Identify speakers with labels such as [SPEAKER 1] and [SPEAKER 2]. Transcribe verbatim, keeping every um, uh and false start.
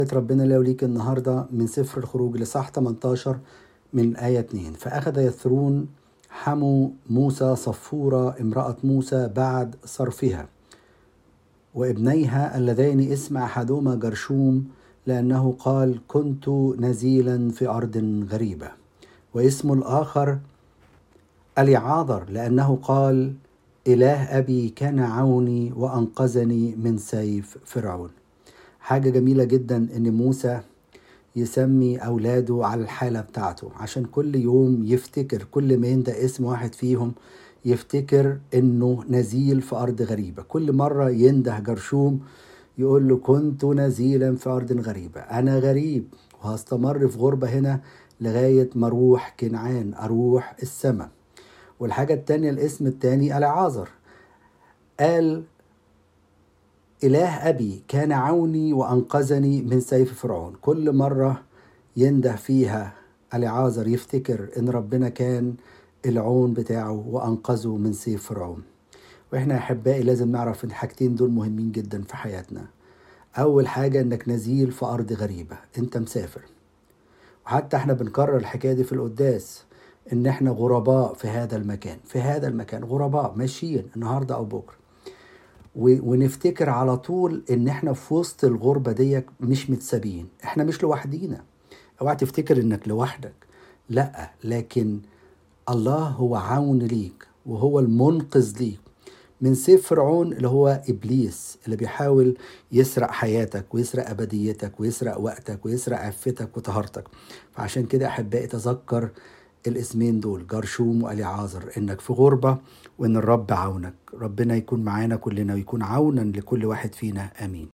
[SPEAKER 1] ربنا لو ليك النهاردة من سفر الخروج لصح ثمانية عشر من آية اتنين. فأخذ يثرون حمو موسى صفورة امرأة موسى بعد صرفها وابنيها اللذين اسم أحدهما جرشوم لأنه قال كنت نزيلا في أرض غريبة، واسم الآخر أليعاذر لأنه قال إله أبي كان عوني وأنقذني من سيف فرعون. حاجة جميلة جدا إن موسى يسمي أولاده على الحالة بتاعته، عشان كل يوم يفتكر، كل ما يندى اسم واحد فيهم يفتكر إنه نزيل في أرض غريبة. كل مرة ينده جرشوم يقول له كنت نزيلا في أرض غريبة، أنا غريب وهستمر في غربة هنا لغاية ما أروح كنعان، أروح السماء. والحاجة التانية الاسم التاني أليعاذر، قال إله أبي كان عوني وأنقذني من سيف فرعون. كل مرة ينده فيها أليعاذر يفتكر إن ربنا كان العون بتاعه وأنقذه من سيف فرعون. وإحنا أحبائي لازم نعرف إن الحاجتين دول مهمين جدا في حياتنا. أول حاجة إنك نزيل في أرض غريبة، أنت مسافر، وحتى إحنا بنكرر الحكاية دي في القداس، إن إحنا غرباء في هذا المكان، في هذا المكان غرباء ماشيين النهاردة أو بكرة، ونفتكر على طول ان احنا في وسط الغربة دي مش متسابين، احنا مش لوحدينا. اوعى تفتكر انك لوحدك، لا، لكن الله هو عون ليك وهو المنقذ ليك من سيف فرعون اللي هو إبليس، اللي بيحاول يسرق حياتك ويسرق أبديتك ويسرق وقتك ويسرق عفتك وطهارتك. فعشان كده أحبائي تذكر الاسمين دول، جرشوم وأليعاذر، إنك في غربة وإن الرب عونك. ربنا يكون معانا كلنا ويكون عونا لكل واحد فينا، آمين.